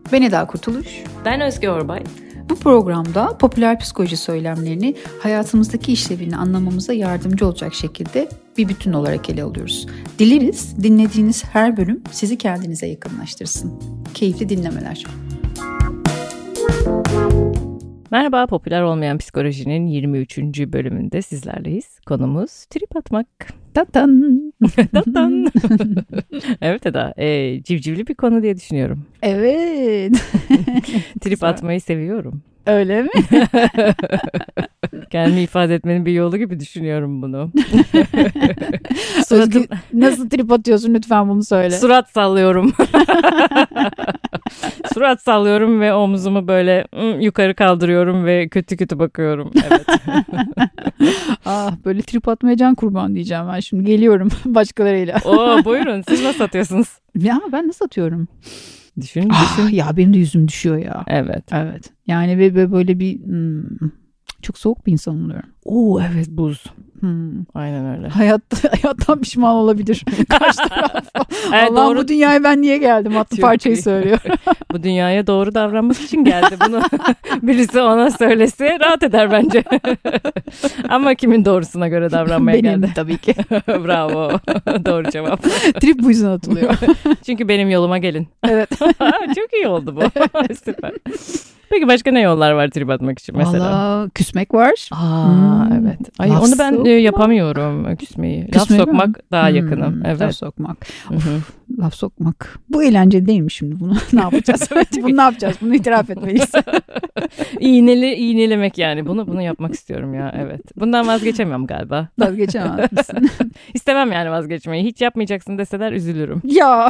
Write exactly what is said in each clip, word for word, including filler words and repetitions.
Ben Eda Kurtuluş. Ben Özge Orbay. Bu programda popüler psikoloji söylemlerini hayatımızdaki işlevini anlamamıza yardımcı olacak şekilde bir bütün olarak ele alıyoruz. Dileriz dinlediğiniz her bölüm sizi kendinize yakınlaştırsın. Keyifli dinlemeler. Merhaba, popüler olmayan psikolojinin yirmi üçüncü bölümünde sizlerleyiz. Konumuz trip atmak. Tatan. Tatan. Evet Eda, e, civcivli bir konu diye düşünüyorum. Evet. Trip atmayı seviyorum. Öyle mi? Kendimi ifade etmenin bir yolu gibi düşünüyorum bunu. Suratın... Nasıl trip atıyorsun, lütfen bunu söyle. Surat sallıyorum. Surat sallıyorum ve omzumu böyle yukarı kaldırıyorum ve kötü kötü bakıyorum. Evet. Ah, böyle trip atmaya can kurban diyeceğim ben şimdi. Geliyorum başkalarıyla. Oo, buyurun, siz nasıl atıyorsunuz? Ya ben nasıl atıyorum? Düşün, düşün. Ah, ya benim de yüzüm düşüyor ya. Evet. Evet. Yani ve böyle bir hmm, çok soğuk bir insan oluyorum. Oo evet, buz. Hmm. Aynen öyle. Hayatta, hayattan pişman olabilir. Karşı taraf. Evet, Allah'ım doğru. Bu dünyaya ben niye geldim? Atlı parçayı iyi söylüyor. Bu dünyaya doğru davranmak için geldi. Bunu birisi ona söylese rahat eder bence. Ama kimin doğrusuna göre davranmaya benim, geldi? Benim tabii ki. Bravo. Doğru cevap. Trip bu yüzden atılıyor. Çünkü benim yoluma gelin. Evet. Çok iyi oldu bu. Süper. Peki başka ne yollar var trip atmak için mesela? Valla küsmek var. Aa hmm. evet. Ay, Laf onu ben sokmak. yapamıyorum, küsmeyi. Laf Küsmeyi sokmak mi? daha hmm. yakınım. Evet. Laf sokmak. Of, laf sokmak. Bu eğlenceli değil mi şimdi bunu? Ne yapacağız? Bunu ne yapacağız? Bunu itiraf etmeliyiz. İğneli, iğnelemek yani. Bunu bunu yapmak istiyorum ya. Evet. Bundan vazgeçemem galiba. Vazgeçemez misin? İstemem yani vazgeçmeyi. Hiç yapmayacaksın deseler üzülürüm. Ya.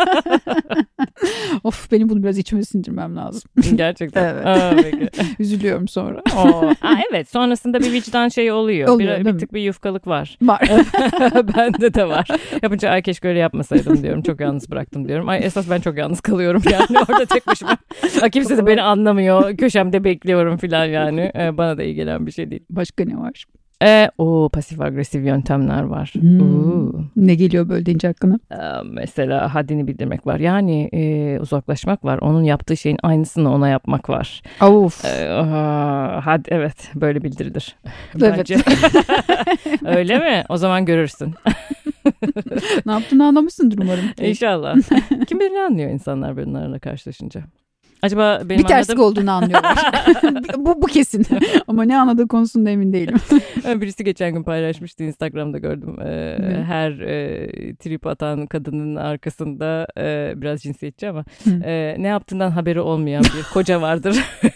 Of, benim bunu biraz içime sindirmem lazım. Gerçekten. Evet. Aa, peki. Üzülüyorum sonra. Oo. Aa, evet. Sonrasında bir vicdan şeyi oluyor. Oluyor, bir, değil bir tık mi? bir yufkalık var. Var. Bende de var. Yapınca ay keşke öyle yapmasaydım diyorum. Çok yalnız bıraktım diyorum. Ay esas ben çok yalnız kalıyorum yani orada tek başıma. Ay, kimse de beni anlamıyor. Köşemde bekliyorum falan yani. Ee, bana da iyi gelen bir şey değil. Başka ne var? Ee, o pasif agresif yöntemler var. Hmm. Ne geliyor böyle deyince aklına? Ee, mesela haddini bildirmek var. Yani e, uzaklaşmak var. Onun yaptığı şeyin aynısını ona yapmak var. Of. Ee, had, evet böyle bildirilir. Evet. Bence. Öyle mi? O zaman görürsün. Ne yaptığını anlamışsındır umarım. İnşallah. Kim bilir ne anlıyor insanlar bunlarla karşılaşınca. Acaba benim bir terslik anladığım... olduğunu anlıyorlar. bu, bu kesin. Ama ne anladığı konusunda emin değilim. Birisi geçen gün paylaşmıştı, Instagram'da gördüm. Ee, her e, trip atan kadının arkasında e, biraz cinsiyetçi ama e, ne yaptığından haberi olmayan bir koca vardır.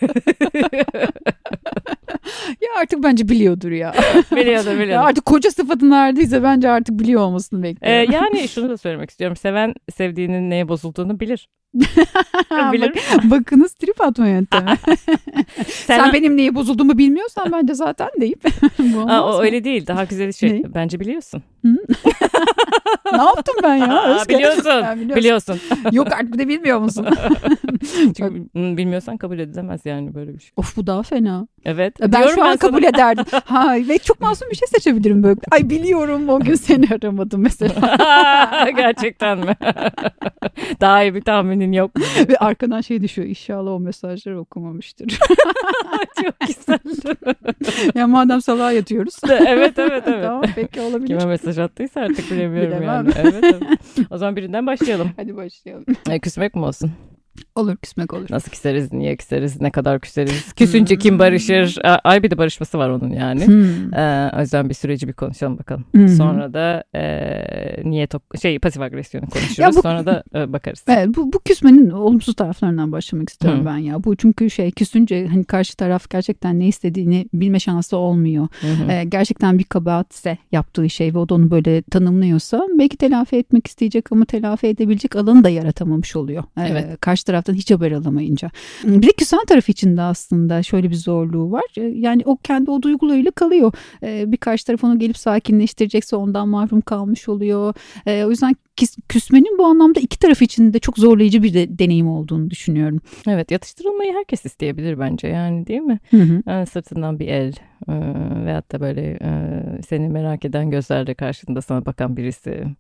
Ya artık bence biliyordur ya. Biliyordur, biliyordur. Ya artık koca sıfatı neredeyse bence artık biliyor olmasını bekliyorum. Ee, yani şunu da söylemek istiyorum. Seven sevdiğinin neye bozulduğunu bilir. Bilir. Bak, bakınız trip atma yöntemi. Sen, Sen benim neye bozulduğumu bilmiyorsan bence zaten deyip. Aa, o öyle değil. Daha güzel şey. Ne? Bence biliyorsun. Ne yaptım ben ya? Aa, biliyorsun. biliyorsun. Biliyorsun. Yok artık bir de bilmiyor musun? Çünkü bilmiyorsan kabul edilemez yani böyle bir şey. Of, bu daha fena. Evet. Ben şu an ben kabul ederdim. Ha, ve çok masum bir şey seçebilirim böyle. Ay biliyorum, o gün seni aramadım mesela. Gerçekten mi? Daha iyi bir tahminin yok mu? Ve arkadan şey düşüyor. İnşallah o mesajları okumamıştır. Çok güzel. Ya madem salağa yatıyoruz. Evet evet evet. Tamam, peki, olabilir. Kime mesaj attıysa artık bilemiyorum. Bilemem. Yani. Evet, evet. O zaman birinden başlayalım. Hadi başlayalım. E, küsmek mi olsun? Olur, küsmek olur. Nasıl küseriz, niye küseriz, ne kadar küseriz? Küsünce hmm. kim barışır? Ay bir de barışması var onun yani. Hmm. Ee, o yüzden bir süreci bir konuşalım bakalım. Hmm. Sonra da e, niyet şey pasif agresyonu konuşuruz. Bu, Sonra da e, bakarız. Evet, bu, bu küsmenin olumsuz taraflarından başlamak istiyorum hmm. ben ya. Bu çünkü şey küsünce hani karşı taraf gerçekten ne istediğini bilme şansı olmuyor. Hmm. Ee, gerçekten bir kabahatse yaptığı şey ve o da onu böyle tanımlıyorsa belki telafi etmek isteyecek ama telafi edebilecek alanı da yaratamamış oluyor. Ee, evet. Karşı taraftan hiç haber alamayınca. Bir de küsen taraf için de aslında şöyle bir zorluğu var. Yani o kendi o duygularıyla kalıyor. Bir karşı taraf onu gelip sakinleştirecekse ondan mahrum kalmış oluyor. O yüzden küsmenin bu anlamda iki taraf için de çok zorlayıcı bir de, deneyim olduğunu düşünüyorum. Evet, yatıştırılmayı herkes isteyebilir bence yani, değil mi? Hı hı. Yani sırtından bir el e, veyahut da böyle e, seni merak eden gözlerle karşında sana bakan birisi.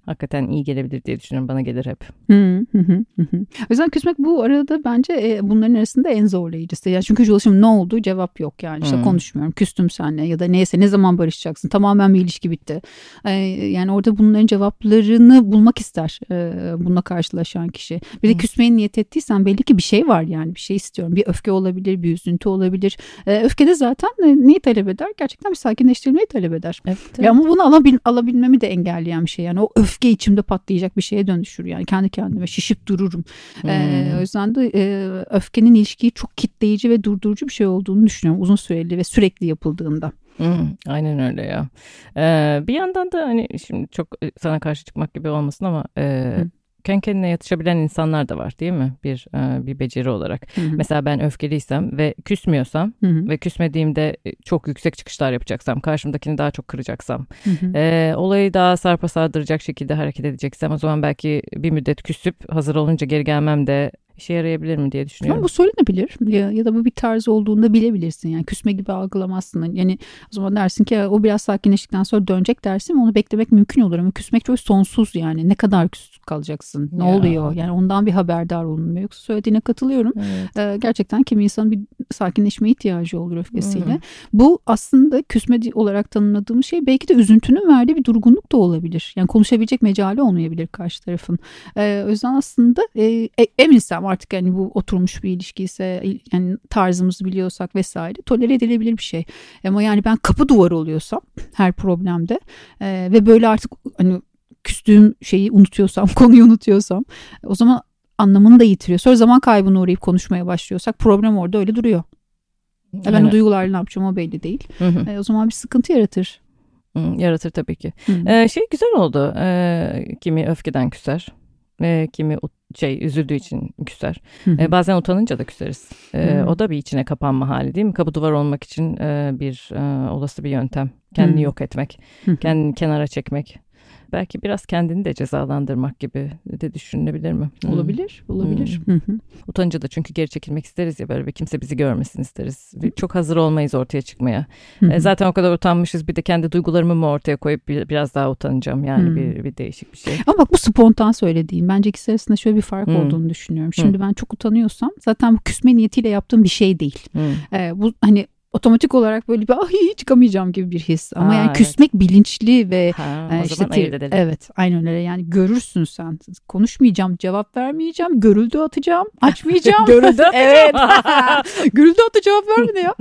hakikaten iyi gelebilir diye düşünüyorum. Bana gelir hep. Hı hı hı hı. O yüzden küsmek bu arada bence e, bunların arasında en zorlayıcısı. Yani çünkü ulaşım ne oldu cevap yok yani. İşte hmm. konuşmuyorum, küstüm seninle ya da neyse, ne zaman barışacaksın, tamamen bir ilişki bitti. E, yani orada bunların cevaplarını bulmak ister e, bununla karşılaşan kişi. Bir de hmm. küsmeyi niyet ettiysen belli ki bir şey var yani, bir şey istiyorum. Bir öfke olabilir, bir üzüntü olabilir. E, öfke de zaten e, neyi talep eder? Gerçekten bir sakinleştirmeyi talep eder. Evet, evet. Ama bunu alabil, alabilmemi de engelleyen bir şey. Yani o öfke içimde patlayacak bir şeye dönüşür. Yani kendi kendime şişip dururum. Hmm. Ee, o yüzden de e, öfkenin ilişkiyi çok kitleyici ve durdurucu bir şey olduğunu düşünüyorum. Uzun süreli ve sürekli yapıldığında. Hmm, aynen öyle ya. Ee, bir yandan da hani şimdi çok sana karşı çıkmak gibi olmasın ama... E, hmm. kendi kendine yatışabilen insanlar da var değil mi? Bir bir beceri olarak. Hı hı. Mesela ben öfkeliysem ve küsmüyorsam hı hı. ve küsmediğimde çok yüksek çıkışlar yapacaksam, karşımdakini daha çok kıracaksam, hı hı. E, olayı daha sarpa sardıracak şekilde hareket edeceksem, o zaman belki bir müddet küsüp hazır olunca geri gelmem de işe yarayabilir mi diye düşünüyorum. Ama bu söylenebilir ya, ya da bu bir tarz olduğunda bilebilirsin. Yani küsme gibi algılamazsın. Yani o zaman dersin ki o biraz sakinleştikten sonra dönecek dersin, onu beklemek mümkün olur ama küsmek çok sonsuz yani. Ne kadar küs kalacaksın? Ne ya. oluyor? Yani ondan bir haberdar olunmuyor. Yoksa söylediğine katılıyorum. Evet. Ee, gerçekten kimi insanın bir sakinleşme ihtiyacı olur öfkesiyle. Hmm. Bu aslında küsme olarak tanımladığımız şey belki de üzüntünün verdiği bir durgunluk da olabilir. Yani konuşabilecek mecali olmayabilir karşı tarafın. Ee, o yüzden aslında e, eminsem artık yani bu oturmuş bir ilişkiyse, yani tarzımızı biliyorsak vesaire, tolere edilebilir bir şey. Ama yani ben kapı duvarı oluyorsam her problemde e, ve böyle artık hani küstüğüm şeyi unutuyorsam, konuyu unutuyorsam, o zaman anlamını da yitiriyor. Sonra zaman kaybına uğrayıp konuşmaya başlıyorsak problem orada öyle duruyor. Yani ben o duygularla ne yapacağım o belli değil. Hı hı. E, o zaman bir sıkıntı yaratır. Hı, yaratır tabii ki. Ee, şey güzel oldu. Ee, kimi öfkeden küser. E, kimi şey üzüldüğü için küser. E, bazen utanınca da küseriz. E, o da bir içine kapanma hali değil mi? Kapı duvar olmak için e, bir e, olası bir yöntem. Kendini hmm. yok etmek. Kendini kenara çekmek. Belki biraz kendini de cezalandırmak gibi de düşünülebilir mi? Olabilir, olabilir. Hmm. Utanınca da çünkü geri çekilmek isteriz ya böyle ve kimse bizi görmesin isteriz. Çok hazır olmayız ortaya çıkmaya. E, zaten o kadar utanmışız, bir de kendi duygularımı mı ortaya koyup bir, biraz daha utanacağım yani hmm. bir, bir değişik bir şey. Ama bak bu spontan söylediğim. Bence ikisi arasında şöyle bir fark hmm. olduğunu düşünüyorum. Şimdi hmm. ben çok utanıyorsam zaten bu küsme niyetiyle yaptığım bir şey değil. Hmm. E, bu hani otomatik olarak böyle bir ah çıkamayacağım gibi bir his. Ama ha, yani küsmek evet. bilinçli ve ha, e, o işte zaman ayırt edelim. Evet, aynen öyle. Yani görürsün sen. Konuşmayacağım, cevap vermeyeceğim, görüldü atacağım, açmayacağım. Görüldü atacağım. Evet. Görüldü atı cevap vermedi ya.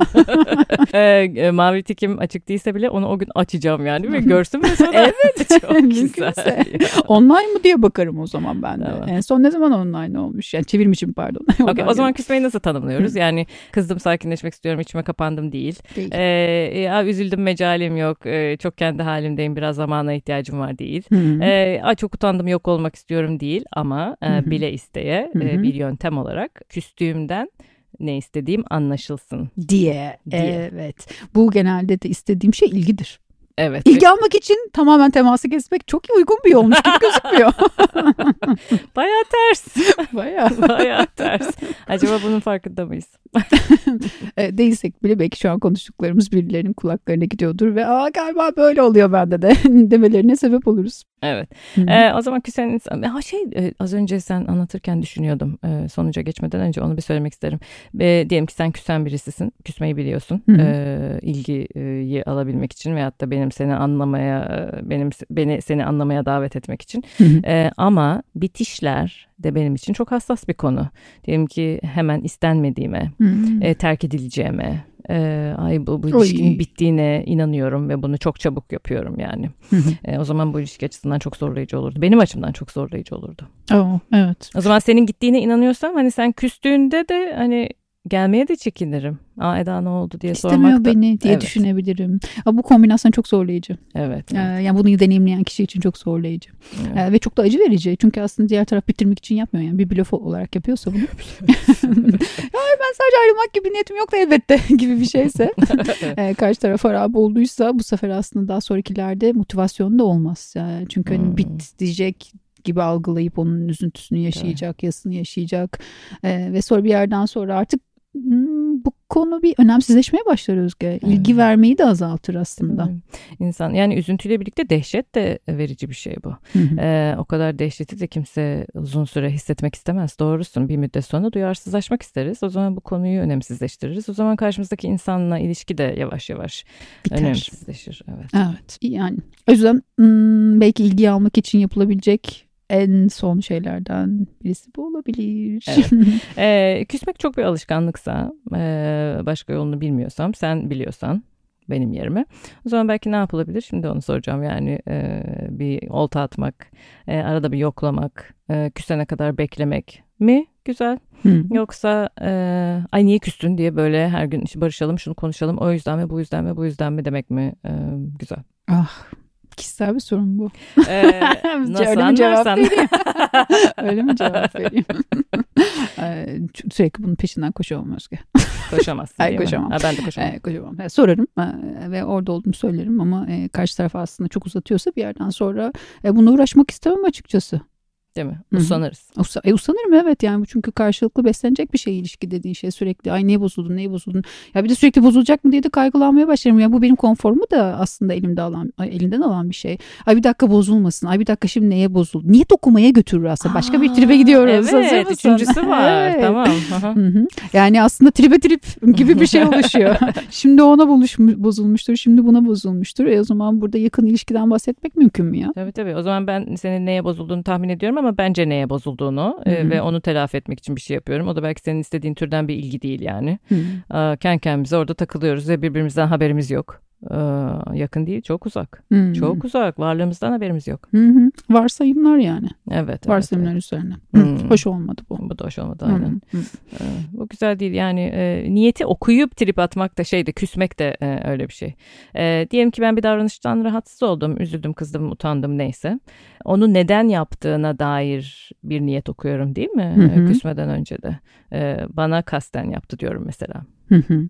e, mavi tikim açık değilse bile onu o gün açacağım yani ve görsün ve sonra. Evet. Çok güzel. Online mı diye bakarım o zaman ben de. Tamam. En son ne zaman online olmuş? Yani çevirmişim pardon. Okay, o zaman küsmeyi nasıl tanımlıyoruz? Yani kızdım, sakinleşmek istiyorum, içime kapandım değil. değil. Ee, ya üzüldüm, mecalim yok. Ee, çok kendi halimdeyim. Biraz zamana ihtiyacım var değil. Ee, çok utandım, yok olmak istiyorum değil. Ama e, bile isteye e, bir yöntem olarak küstüğümden ne istediğim anlaşılsın diye. diye. Evet. Bu genelde de istediğim şey ilgidir. Evet. İlgi almak için tamamen teması kesmek çok uygun bir yolmuş gibi gözükmüyor. Bayağı ters. Bayağı. Bayağı ters. Acaba bunun farkında mıyız? Değilsek bile belki şu an konuştuklarımız birilerinin kulaklarına gidiyordur ve aa galiba böyle oluyor bende de demelerine sebep oluruz. Evet. Ee, o zaman küsen insan... Ha şey az önce sen anlatırken düşünüyordum. Ee, sonuca geçmeden önce onu bir söylemek isterim. Ee, diyelim ki sen küsen birisisin. Küsmeyi biliyorsun. Ee, ilgiyi alabilmek için veyahut da benim seni anlamaya, benim beni seni anlamaya davet etmek için. Ee, ama bitişler de benim için çok hassas bir konu. Diyelim ki hemen istenmediğime, e, terk edileceğime, e, ay bu, bu ilişkinin bittiğine inanıyorum ve bunu çok çabuk yapıyorum yani. e, o zaman bu ilişki açısından çok zorlayıcı olurdu. Benim açımdan çok zorlayıcı olurdu. Oh, evet. O zaman senin gittiğine inanıyorsam hani sen küstüğünde de hani gelmeye de çekinirim. Aa Eda ne oldu diye İstemiyor sormak da. İstemiyor beni diye evet. düşünebilirim. Aa, bu kombinasyon çok zorlayıcı. Evet. Ee, yani bunu deneyimleyen kişi için çok zorlayıcı. Evet. Ee, ve çok da acı verici. Çünkü aslında diğer taraf bitirmek için yapmıyor. Yani bir blöf olarak yapıyorsa bunu. Ya ben sadece ayrılmak gibi niyetim yok da elbette gibi bir şeyse. ee, karşı taraf harap olduysa bu sefer aslında daha sonrakilerde motivasyonu da olmaz. Yani çünkü hani bitecek gibi algılayıp onun üzüntüsünü yaşayacak, evet. yasını yaşayacak. Ee, ve sonra bir yerden sonra artık bu konu bir önemsizleşmeye başlar Özge. İlgi evet. vermeyi de azaltır aslında. İnsan yani üzüntüyle birlikte dehşet de verici bir şey bu. Ee, o kadar dehşeti de kimse uzun süre hissetmek istemez. Doğrusun. Bir müddet sonra duyarsızlaşmak isteriz. O zaman bu konuyu önemsizleştiririz. O zaman karşımızdaki insanla ilişki de yavaş yavaş biter. Önemsizleşir. Evet. Evet. Yani o yüzden hmm, belki ilgi almak için yapılabilecek en son şeylerden birisi bu olabilir. Evet. ee, küsmek çok bir alışkanlıksa, e, başka yolunu bilmiyorsam, sen biliyorsan benim yerime. O zaman belki ne yapılabilir? Şimdi onu soracağım. Yani e, bir olta atmak, e, arada bir yoklamak, e, küsene kadar beklemek mi? Güzel. Hı. Yoksa e, ay niye küstün diye böyle her gün işte barışalım, şunu konuşalım, o yüzden mi, bu yüzden mi, bu yüzden mi demek mi? E, güzel. Ah. Kişisel bir sorun bu. Ee, nasıl Öyle mi cevap vereyim? Öyle mi cevap vereyim? Sürekli bunun peşinden koşamam Özge. Koşamazsın Hayır, koşamam. Ha, ben de koşamam. Ee, koşamam. Yani sorarım e, ve orada olduğumu söylerim ama e, karşı taraf aslında çok uzatıyorsa bir yerden sonra e, bununla uğraşmak istemem açıkçası. Değil mi? Usanırız. Usa, e, usanırım evet yani çünkü karşılıklı beslenecek bir şey ilişki dediğin şey sürekli ay niye bozuldun neye bozuldun ya bir de sürekli bozulacak mı diye de kaygılanmaya başlarım ya bu benim konforumu da aslında elimde alan elinden alan bir şey. Ay bir dakika bozulmasın ay bir dakika şimdi neye bozuldu niye dokunmaya götürür aslında başka Aa, bir tribe gidiyoruz. Evet üçüncüsü var evet. Tamam. Yani aslında tribe trip gibi bir şey oluşuyor. Şimdi ona buluşmuş, bozulmuştur şimdi buna bozulmuştur e o zaman burada yakın ilişkiden bahsetmek mümkün mü ya? Tabii tabii o zaman ben senin neye bozulduğunu tahmin ediyorum ama bence neye bozulduğunu e, ve onu telafi etmek için bir şey yapıyorum. O da belki senin istediğin türden bir ilgi değil yani. E, kendi kendimize orada takılıyoruz ve birbirimizden haberimiz yok. E, yakın değil, çok uzak. Hmm. Çok uzak. Varlığımızdan haberimiz yok. Hı-hı. Varsayımlar yani. Evet. Varsayımlar evet, üzerine. Hmm. Hoş olmadı bu. Bu da hoş olmadı aynen. E, bu güzel değil yani e, niyeti okuyup trip atmak da şeyde küsmek de e, öyle bir şey. E, diyelim ki ben bir davranıştan rahatsız oldum, üzüldüm, kızdım, utandım neyse. Onu neden yaptığına dair bir niyet okuyorum değil mi? Hı hı. Küsmeden önce de. Ee, bana kasten yaptı diyorum mesela. Hı hı.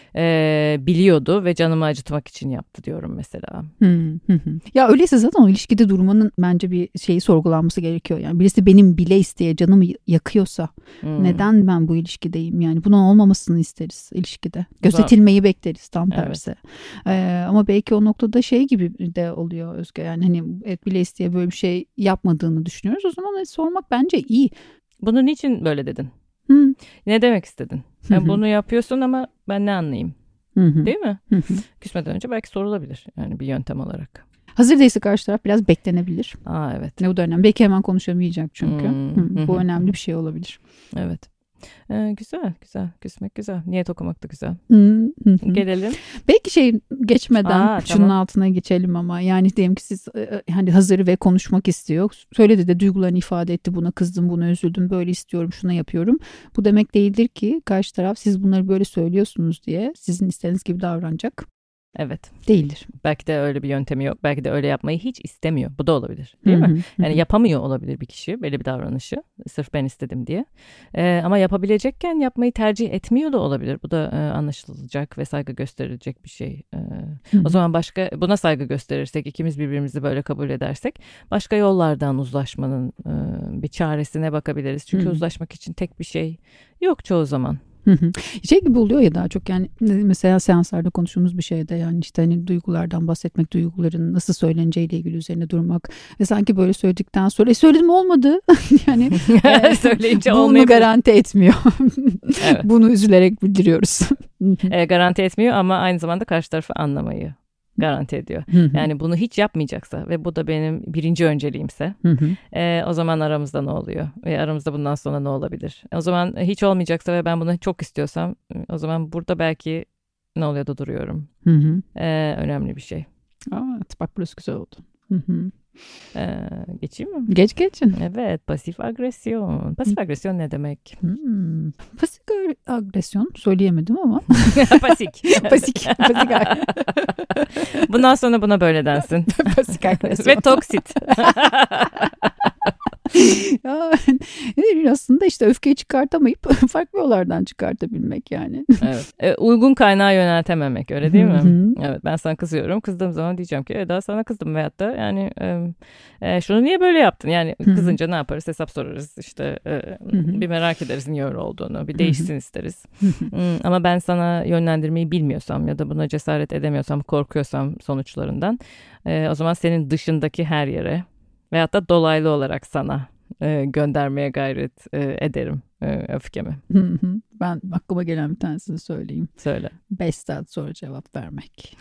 Ee, biliyordu ve canımı acıtmak için yaptı diyorum mesela. Hı hı. Ya öyleyse zaten o ilişkide durmanın bence bir şeyi sorgulanması gerekiyor. Yani birisi benim bile isteye canımı yakıyorsa hı. neden ben bu ilişkideyim? Yani bunun olmamasını isteriz ilişkide. Gözetilmeyi bekleriz tam tersi. Evet. Ee, ama belki o noktada şey gibi de oluyor Özge. Yani hani et bile isteye böyle bir şey yapmadığını düşünüyoruz. O zaman sormak bence iyi. Bunu niçin böyle dedin? Hı. Ne demek istedin? Yani bunu yapıyorsun ama ben ne anlayayım? Hı-hı. Değil mi? Hı-hı. Küsmeden önce belki sorulabilir. Yani bir yöntem olarak. Hazır değilse karşı taraf biraz beklenebilir. Aa evet. Ne o da önemli. Belki hemen konuşamayacak çünkü. Hı-hı. Bu önemli bir şey olabilir. Evet. Ee, güzel güzel küsmek güzel niyet okumak da güzel. Hı-hı. Gelelim. Belki şey geçmeden Aa, şunun tamam. altına geçelim ama yani diyelim ki siz hani hazır ve konuşmak istiyor. Söyledi de duygularını ifade etti, buna kızdım, buna üzüldüm, böyle istiyorum, şuna yapıyorum. Bu demek değildir ki karşı taraf siz bunları böyle söylüyorsunuz diye sizin istediğiniz gibi davranacak. Evet. Değildir. Belki de öyle bir yöntemi yok. Belki de öyle yapmayı hiç istemiyor. Bu da olabilir. Değil Hı-hı. mi? Yani Hı-hı. yapamıyor olabilir bir kişi böyle bir davranışı. Sırf ben istedim diye. Ee, ama yapabilecekken yapmayı tercih etmiyor da olabilir. Bu da e, anlaşılacak ve saygı gösterilecek bir şey. Ee, o zaman başka buna saygı gösterirsek, ikimiz birbirimizi böyle kabul edersek başka yollardan uzlaşmanın e, bir çaresine bakabiliriz. Çünkü Hı-hı. uzlaşmak için tek bir şey yok çoğu zaman. Şey gibi oluyor ya daha çok yani mesela seanslarda konuştuğumuz bir şeyde yani işte hani duygulardan bahsetmek, duyguların nasıl söyleneceğiyle ilgili üzerine durmak ve sanki böyle söyledikten sonra e söyledim olmadı yani e, söyleyince bunu garanti etmiyor. Evet. Bunu üzülerek bildiriyoruz. e, garanti etmiyor ama aynı zamanda karşı tarafı anlamayı garanti ediyor. Hı hı. Yani bunu hiç yapmayacaksa ve bu da benim birinci önceliğimse hı hı. E, o zaman aramızda ne oluyor? Ve aramızda bundan sonra ne olabilir? O zaman hiç olmayacaksa ve ben bunu çok istiyorsam o zaman burada belki ne oluyor da duruyorum. Hı hı. E, önemli bir şey. Evet, bak burası güzel oldu. Hı hı. Ee, geçeyim mi? Geç geçin. Evet, pasif agresyon. Pasif agresyon ne demek? Hmm. Pasif agresyon söyleyemedim ama. Pasik. Pasik. Pasik. Bundan sonra buna böyle densin. Pasif agresyon. Ve toksit. Ya, aslında işte öfkeyi çıkartamayıp farklı yollardan çıkartabilmek yani. Evet. E, uygun kaynağa yöneltememek, öyle değil mi? Evet, ben sana kızıyorum. Kızdığım zaman diyeceğim ki Eda sana kızdım veyahut da yani e, e, şunu niye böyle yaptın? Yani kızınca ne yaparız? Hesap sorarız işte e, bir merak ederiz niye öyle olduğunu, bir değişsin isteriz. Ama ben sana yönlendirmeyi bilmiyorsam ya da buna cesaret edemiyorsam, korkuyorsam sonuçlarından e, o zaman senin dışındaki her yere veyahut da dolaylı olarak sana e, göndermeye gayret e, ederim e, öfkemi. Ben aklıma gelen bir tanesini söyleyeyim. Söyle. Beş saat sonra cevap vermek.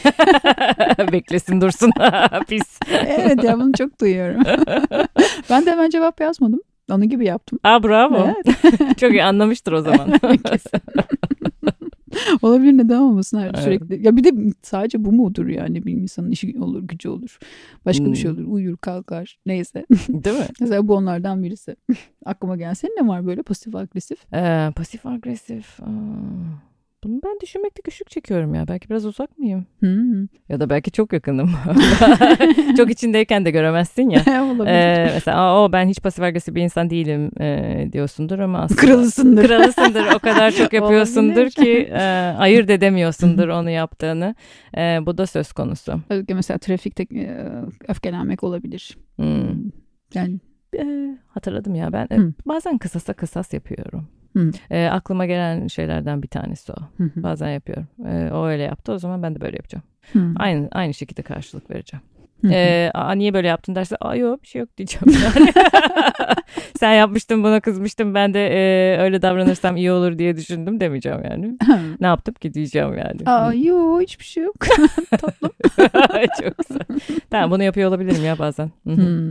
Beklesin dursun. Pis. Evet ya, bunu çok duyuyorum. Ben de hemen cevap yazmadım. Onun gibi yaptım. Aa, bravo. Evet. Çok iyi anlamıştır o zaman. Kesin. Olabilir, neden olmasın her Evet. sürekli. Ya bir de sadece bu mudur yani, bir insanın işi olur, gücü olur. Başka Hmm. bir şey olur. Uyur, kalkar. Neyse. Değil mi? Mesela bu onlardan birisi. Aklıma gelen. Senin ne var böyle pasif agresif? Ee, pasif agresif. Aa, bunu ben düşünmekte güçlük çekiyorum ya. Belki biraz uzak mıyım? Hmm. Ya da belki çok yakınım. Çok içindeyken de göremezsin ya. Olabilir. Ee, mesela o ben hiç pasif agresif bir insan değilim e, diyorsundur ama aslında Kralısındır. kralısındır. O kadar çok yapıyorsundur Olabilir. ki e, ayırt edemiyorsundur onu yaptığını. E, bu da söz konusu. Özellikle mesela trafikte e, öfkelenmek olabilir. Hmm. Yani E, hatırladım ya ben. E, Hmm. bazen kısasa kısas yapıyorum. Hmm. E, aklıma gelen şeylerden bir tanesi o. Hı hı. Bazen yapıyorum. E, o öyle yaptı, o zaman ben de böyle yapacağım. Hmm. Aynı aynı şekilde karşılık vereceğim. Hı hı. Ee, aa, niye böyle yaptın derse aa yok bir şey yok diyeceğim yani. Sen yapmıştın, buna kızmıştım, ben de e, öyle davranırsam iyi olur diye düşündüm demeyeceğim yani. Ne yaptım ki diyeceğim yani. Aa, yok hiçbir şey yok. Tatlım. Çok güzel. Tamam, bunu yapıyor olabilirim ya bazen. Hmm.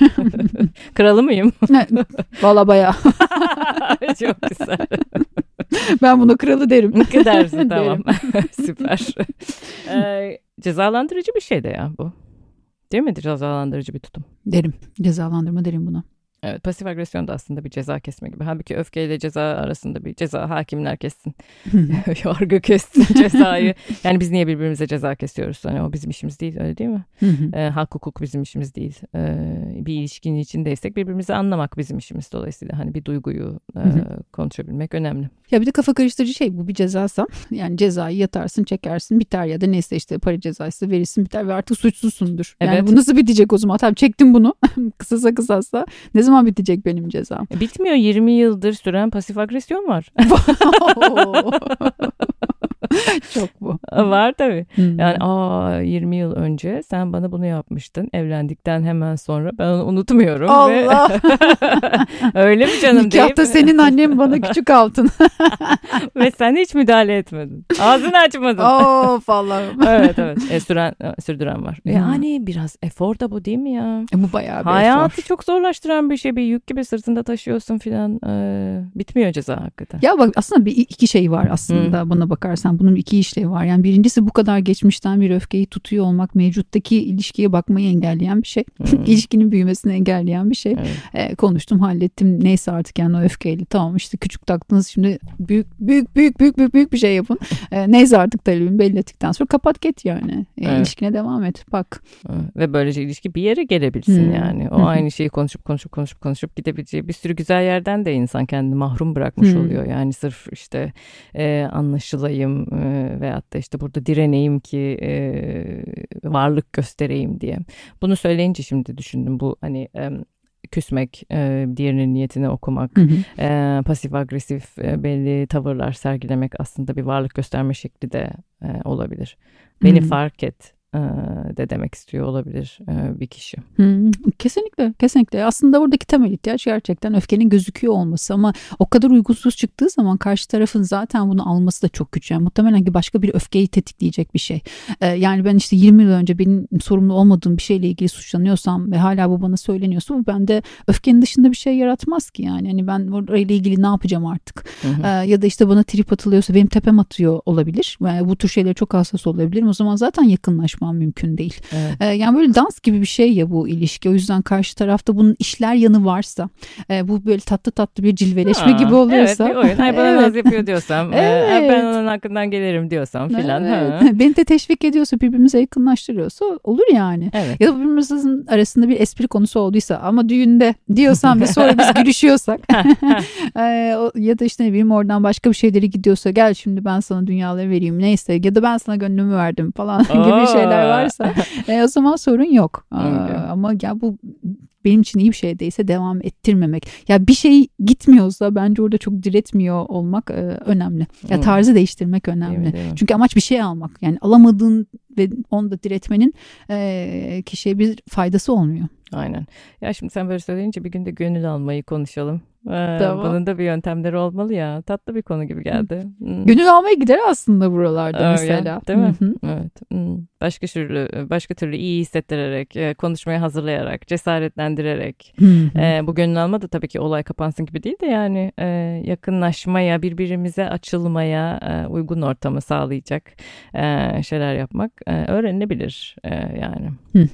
Kralı mıyım? Valla bayağı. Çok güzel. Ben buna kralı derim. Dersin tamam. Süper. Ee, cezalandırıcı bir şey de ya bu. Değil mi? Cezalandırıcı bir tutum. Derim. Cezalandırma derim buna. Evet, pasif agresyon da aslında bir ceza kesme gibi. Halbuki öfkeyle ceza arasında bir ceza, hakimler kessin. Yargı kessin cezayı. Yani biz niye birbirimize ceza kesiyoruz? Hani o bizim işimiz değil, öyle değil mi? e, hak hukuk bizim işimiz değil. E, bir ilişkinin içindeysek birbirimizi anlamak bizim işimiz. Dolayısıyla hani bir duyguyu e, konuşabilmek önemli. Ya bir de kafa karıştırıcı şey, bu bir cezaysa yani cezayı yatarsın, çekersin, biter ya da neyse işte para cezası verirsin, biter ve artık suçsuzsundur. Yani Evet. bu nasıl bitecek o zaman? Tabii çektim bunu. Kısasa kısasa ne zaman bitecek benim cezam? E, bitmiyor, yirmi yıldır süren pasif agresyon var. Çok bu. Var tabii. Hmm. Yani aa yirmi yıl önce sen bana bunu yapmıştın. Evlendikten hemen sonra ben onu unutmuyorum. Allah. Ve öyle mi canım deyip. Nikahta senin annen bana küçük altın. Ve sen hiç müdahale etmedin. Ağzını açmadın. Of Allah'ım. Evet evet. E, süren, sürdüren var. Hmm. Yani biraz efor da bu değil mi ya? E, bu bayağı bir Hayatı efor. çok zorlaştıran bir şey. Bir yük gibi sırtında taşıyorsun filan. Ee, bitmiyor ceza hakikaten. Ya bak aslında bir iki şey var aslında hmm. buna bakarsan. Bunun iki işlevi var. Yani birincisi bu kadar geçmişten bir öfkeyi tutuyor olmak mevcuttaki ilişkiye bakmayı engelleyen bir şey. Hmm. İlişkinin büyümesini engelleyen bir şey. Evet. E, konuştum, hallettim. Neyse artık yani o öfkeyle tamam işte küçük taktınız, şimdi büyük büyük büyük büyük büyük büyük bir şey yapın. E, neyse artık talebimi belli ettikten sonra kapat git yani. E, evet. İlişkine devam et. Bak. Ve böylece ilişki bir yere gelebilsin hmm. yani. O aynı şeyi konuşup konuşup konuşup konuşup gidebileceği bir sürü güzel yerden de insan kendini mahrum bırakmış hmm. oluyor. Yani sırf işte e, anlaşılayım e, veyahut da işte burada direneyim ki e, varlık göstereyim diye. Bunu söyleyince şimdi düşündüm, bu hani e, küsmek, e, diğerinin niyetini okumak, hı hı. E, pasif agresif e, belli tavırlar sergilemek aslında bir varlık gösterme şekli de e, olabilir. Beni hı hı. fark et de demek istiyor olabilir bir kişi. Hmm, kesinlikle, kesinlikle. Aslında oradaki temel ihtiyaç gerçekten öfkenin gözüküyor olması, ama o kadar uygunsuz çıktığı zaman karşı tarafın zaten bunu alması da çok güç. Yani muhtemelen ki başka bir öfkeyi tetikleyecek bir şey. Ee, yani ben işte yirmi yıl önce benim sorumlu olmadığım bir şeyle ilgili suçlanıyorsam ve hala bu bana söyleniyorsa, bu bende öfkenin dışında bir şey yaratmaz ki yani. Hani ben orayla ilgili ne yapacağım artık? Hı hı. Ee, ya da işte bana trip atılıyorsa benim tepem atıyor olabilir. Yani bu tür şeylere çok hassas olabilirim. O zaman zaten yakınlaş konuşmam mümkün değil. Evet. E, yani böyle dans gibi bir şey ya bu ilişki. O yüzden karşı tarafta bunun işler yanı varsa, e, bu böyle tatlı tatlı bir cilveleşme ha, gibi oluyorsa. Evet, bir oyun. Ay bana evet. naz yapıyor diyorsam, evet. e, ben onun hakkından gelirim diyorsam filan. Evet. Beni de teşvik ediyorsa, birbirimize yakınlaştırıyorsa olur yani. Evet. Ya da birbirimizin arasında bir espri konusu olduysa ama düğünde diyorsam ve sonra biz gülüşüyorsak e, ya da işte ne bileyim oradan başka bir şeyleri gidiyorsa, gel şimdi ben sana dünyaları vereyim neyse, ya da ben sana gönlümü verdim falan gibi şeyler varsa e, o zaman sorun yok. Okay. Ama ya bu benim için iyi bir şey değilse devam ettirmemek. Ya bir şey gitmiyorsa bence orada çok diretmiyor olmak e, önemli. Ya hmm. tarzı değiştirmek önemli. Değil mi, değil mi? Çünkü amaç bir şey almak. Yani alamadığın ve onda diretmenin e, kişiye bir faydası olmuyor. Aynen. Ya şimdi sen böyle söyleyince bir gün de gönül almayı konuşalım. Ee, tamam. Bunun da bir yöntemleri olmalı ya. Tatlı bir konu gibi geldi. Hmm. Gönül almaya gider aslında buralarda Öyle, mesela. Değil mi? Hı-hı. Evet. Hmm. Başka türlü başka türlü iyi hissettirerek, konuşmaya hazırlayarak, cesaretlendirerek. e, bu gönül alma da tabii ki olay kapansın gibi değil de yani e, yakınlaşmaya, birbirimize açılmaya e, uygun ortamı sağlayacak e, şeyler yapmak e, öğrenilebilir e, yani.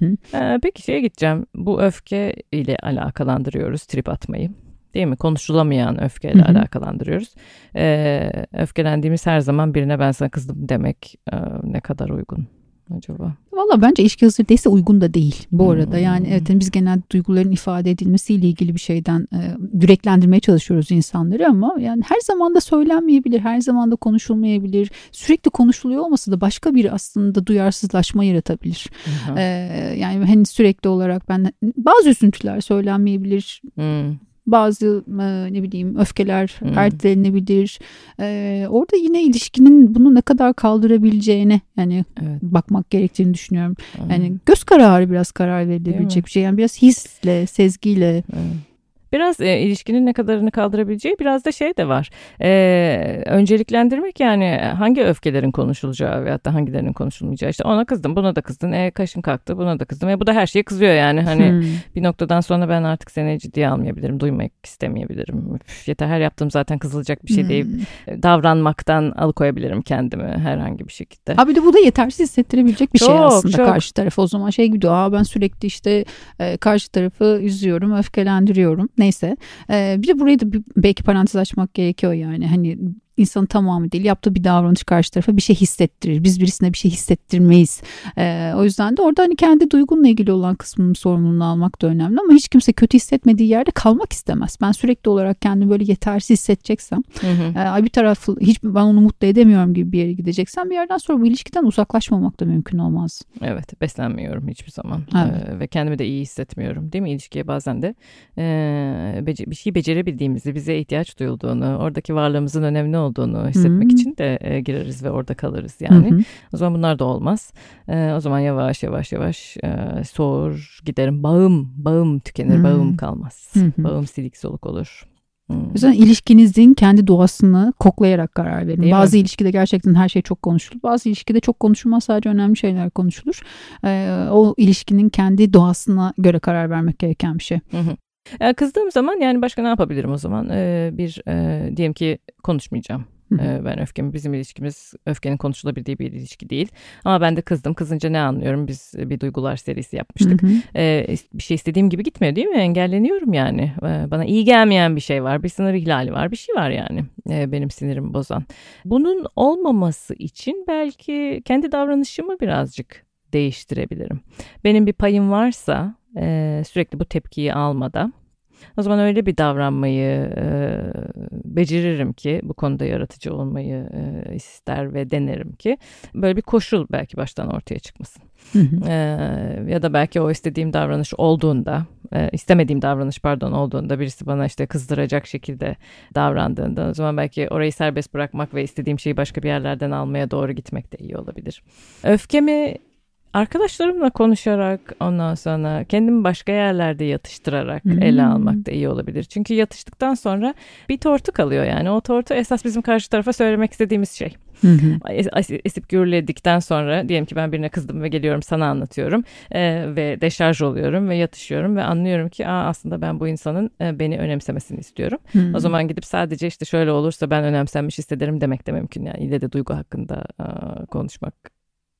E, peki şeye gideceğim. Bu öfke ile alakalandırıyoruz trip atmayı. Değil mi? Konuşulamayan öfkeyle Hı-hı. alakalandırıyoruz. Ee, öfkelendiğimiz her zaman birine ben sana kızdım demek e, ne kadar uygun acaba? Valla bence ilişki hazır değilse uygun da değil bu arada. Hmm. Yani evet, biz genelde duyguların ifade edilmesiyle ilgili bir şeyden e, yüreklendirmeye çalışıyoruz insanları ama yani her zaman da söylenmeyebilir, her zaman da konuşulmayabilir. Sürekli konuşuluyor olması da başka bir aslında duyarsızlaşma yaratabilir. E, yani hani sürekli olarak ben bazı üzüntüler söylenmeyebilir. Hmm. Bazı e, ne bileyim öfkeler hmm. ertelenebilir. E, orada yine ilişkinin bunu ne kadar kaldırabileceğine yani evet. bakmak gerektiğini düşünüyorum. Hmm. Yani göz kararı biraz karar verilebilecek bir şey. Yani biraz hisle, sezgiyle. Hmm. Biraz e, ilişkinin ne kadarını kaldırabileceği biraz da şey de var. E, önceliklendirmek yani hangi öfkelerin konuşulacağı veyahut da hangilerinin konuşulmayacağı. İşte ona kızdım, buna da kızdın. E, kaşın kalktı, buna da kızdım. E, bu da her şeye kızıyor yani. Hani hmm. bir noktadan sonra ben artık seni ciddiye almayabilirim, duymak istemeyebilirim. Üf, yeter, her yaptığım zaten kızılacak bir şey hmm. değil. Davranmaktan alıkoyabilirim kendimi herhangi bir şekilde. Abi de bu da yetersiz hissettirebilecek bir çok, şey aslında çok. Karşı tarafa. O zaman şey gibi, aa ben sürekli işte e, karşı tarafı üzüyorum, öfkelendiriyorum. Neyse. Ee, bir de burayı da bir, belki parantez açmak gerekiyor yani. Hani insanın tamamı değil, yaptığı bir davranış karşı tarafa bir şey hissettirir. Biz birisine bir şey hissettirmeyiz. Ee, o yüzden de orada hani kendi duygunla ilgili olan kısmının sorumluluğunu almak da önemli ama hiç kimse kötü hissetmediği yerde kalmak istemez. Ben sürekli olarak kendimi böyle yetersiz hissedeceksem, hı hı. E, bir tarafı hiç ben onu mutlu edemiyorum gibi bir yere gideceksem bir yerden sonra bu ilişkiden uzaklaşmamak da mümkün olmaz. Evet, beslenmiyorum hiçbir zaman. Evet. Ee, ve kendimi de iyi hissetmiyorum. Değil mi? İlişkiye bazen de e, bece- bir şey becerebildiğimizi, bize ihtiyaç duyulduğunu, oradaki varlığımızın önemli olduğunu hissetmek Hı-hı. için de e, gireriz ve orada kalırız yani. Hı-hı. O zaman bunlar da olmaz. E, o zaman yavaş yavaş yavaş e, soğur giderim. Bağım, bağım tükenir, Hı-hı. bağım kalmaz. Hı-hı. Bağım silik soluk olur. Hmm. O yüzden ilişkinizin kendi doğasını koklayarak karar verin. Değil bazı mi? İlişkide gerçekten her şey çok konuşulur. Bazı ilişkide çok konuşulmaz, sadece önemli şeyler konuşulur. Ee, o ilişkinin kendi doğasına göre karar vermek gereken bir şey. Hı hı. Yani kızdığım zaman yani başka ne yapabilirim o zaman? Ee, bir e, diyelim ki konuşmayacağım. Ee, ben öfkemi, bizim ilişkimiz öfkenin konuşulabildiği bir ilişki değil. Ama ben de kızdım. Kızınca ne anlıyorum? Biz bir duygular serisi yapmıştık. Hı hı. Ee, bir şey istediğim gibi gitmiyor değil mi? Engelleniyorum yani. Ee, bana iyi gelmeyen bir şey var. Bir sınır ihlali var. Bir şey var yani. Ee, benim sinirimi bozan. Bunun olmaması için belki kendi davranışımı birazcık değiştirebilirim. Benim bir payım varsa e, sürekli bu tepkiyi almadan, o zaman öyle bir davranmayı e, beceririm ki, bu konuda yaratıcı olmayı e, ister ve denerim ki böyle bir koşul belki baştan ortaya çıkmasın. Hı hı. E, ya da belki o istediğim davranış olduğunda, e, istemediğim davranış pardon olduğunda, birisi bana işte kızdıracak şekilde davrandığında, o zaman belki orayı serbest bırakmak ve istediğim şeyi başka bir yerlerden almaya doğru gitmek de iyi olabilir. Öfkemi arkadaşlarımla konuşarak, ondan sonra kendimi başka yerlerde yatıştırarak hmm. ele almak da iyi olabilir. Çünkü yatıştıktan sonra bir tortu kalıyor yani. O tortu esas bizim karşı tarafa söylemek istediğimiz şey. Hmm. Es- esip gürledikten sonra diyelim ki ben birine kızdım ve geliyorum sana anlatıyorum ee, ve deşarj oluyorum ve yatışıyorum ve anlıyorum ki Aa, aslında ben bu insanın e, beni önemsemesini istiyorum. Hmm. O zaman gidip sadece işte şöyle olursa ben önemsenmiş hissederim demek de mümkün yani. İlle de duygu hakkında a, konuşmak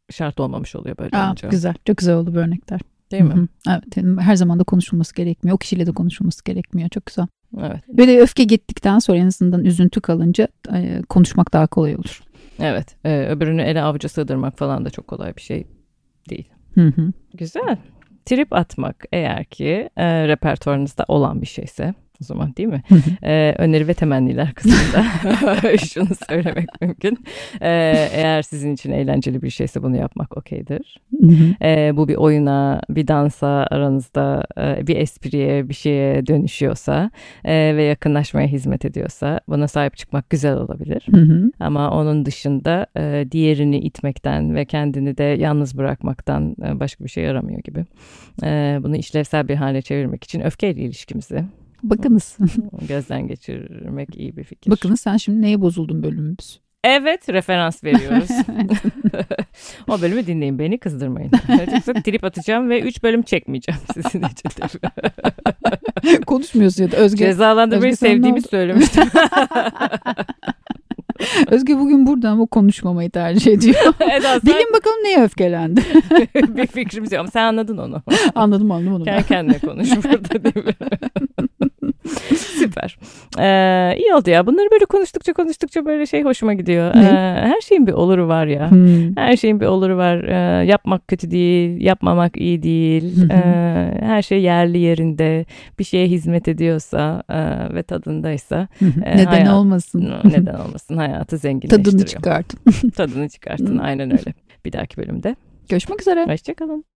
şart olmamış oluyor böyle Aa, olunca. Güzel. Çok güzel oldu bu örnekler. Değil mi? Hı-hı. Evet. Her zaman da konuşulması gerekmiyor. O kişiyle de konuşulması gerekmiyor. Çok güzel. Evet. Böyle öfke gittikten sonra en azından üzüntü kalınca e, konuşmak daha kolay olur. Evet. E, öbürünü ele avuca sığdırmak falan da çok kolay bir şey değil. Hı hı. Güzel. Trip atmak eğer ki e, repertuarınızda olan bir şeyse o zaman değil mi? ee, öneri ve temenniler kısmında şunu söylemek mümkün. Ee, eğer sizin için eğlenceli bir şeyse bunu yapmak okeydir. Ee, bu bir oyuna, bir dansa, aranızda e, bir espriye, bir şeye dönüşüyorsa e, ve yakınlaşmaya hizmet ediyorsa buna sahip çıkmak güzel olabilir. Hı hı. Ama onun dışında e, diğerini itmekten ve kendini de yalnız bırakmaktan e, başka bir şey yaramıyor gibi. E, bunu işlevsel bir hale çevirmek için öfkeyle ilişkimizi Bakınız. gözden geçirmek iyi bir fikir. Bakınız sen şimdi neye bozuldun bölümümüz? Evet, referans veriyoruz. O bölümü dinleyin, beni kızdırmayın. Yoksa trip atacağım ve üç bölüm çekmeyeceğim sizin için. Konuşmuyorsun ya da Özge. Cezalandırmayı Özge sevdiğimi söylemiştim. Özge bugün burada ama konuşmamayı tercih ediyor. Eda, sen... Bilin bakalım neye öfkelendi. Bir fikrimiz yok ama sen anladın onu. Anladım anladım onu. Kendi kendine konuş burada değil mi? Süper. Ee, iyi oldu ya. Bunları böyle konuştukça konuştukça böyle şey hoşuma gidiyor. Ee, her şeyin bir oluru var ya. Hmm. Her şeyin bir oluru var. Ee, yapmak kötü değil. Yapmamak iyi değil. Ee, her şey yerli yerinde. Bir şeye hizmet ediyorsa e, ve tadındaysa. E, neden hayat, olmasın? Neden olmasın? Hayatı zenginleştiriyor. Tadını çıkartın. Tadını çıkartın. Aynen öyle. Bir dahaki bölümde. Görüşmek üzere. Hoşçakalın.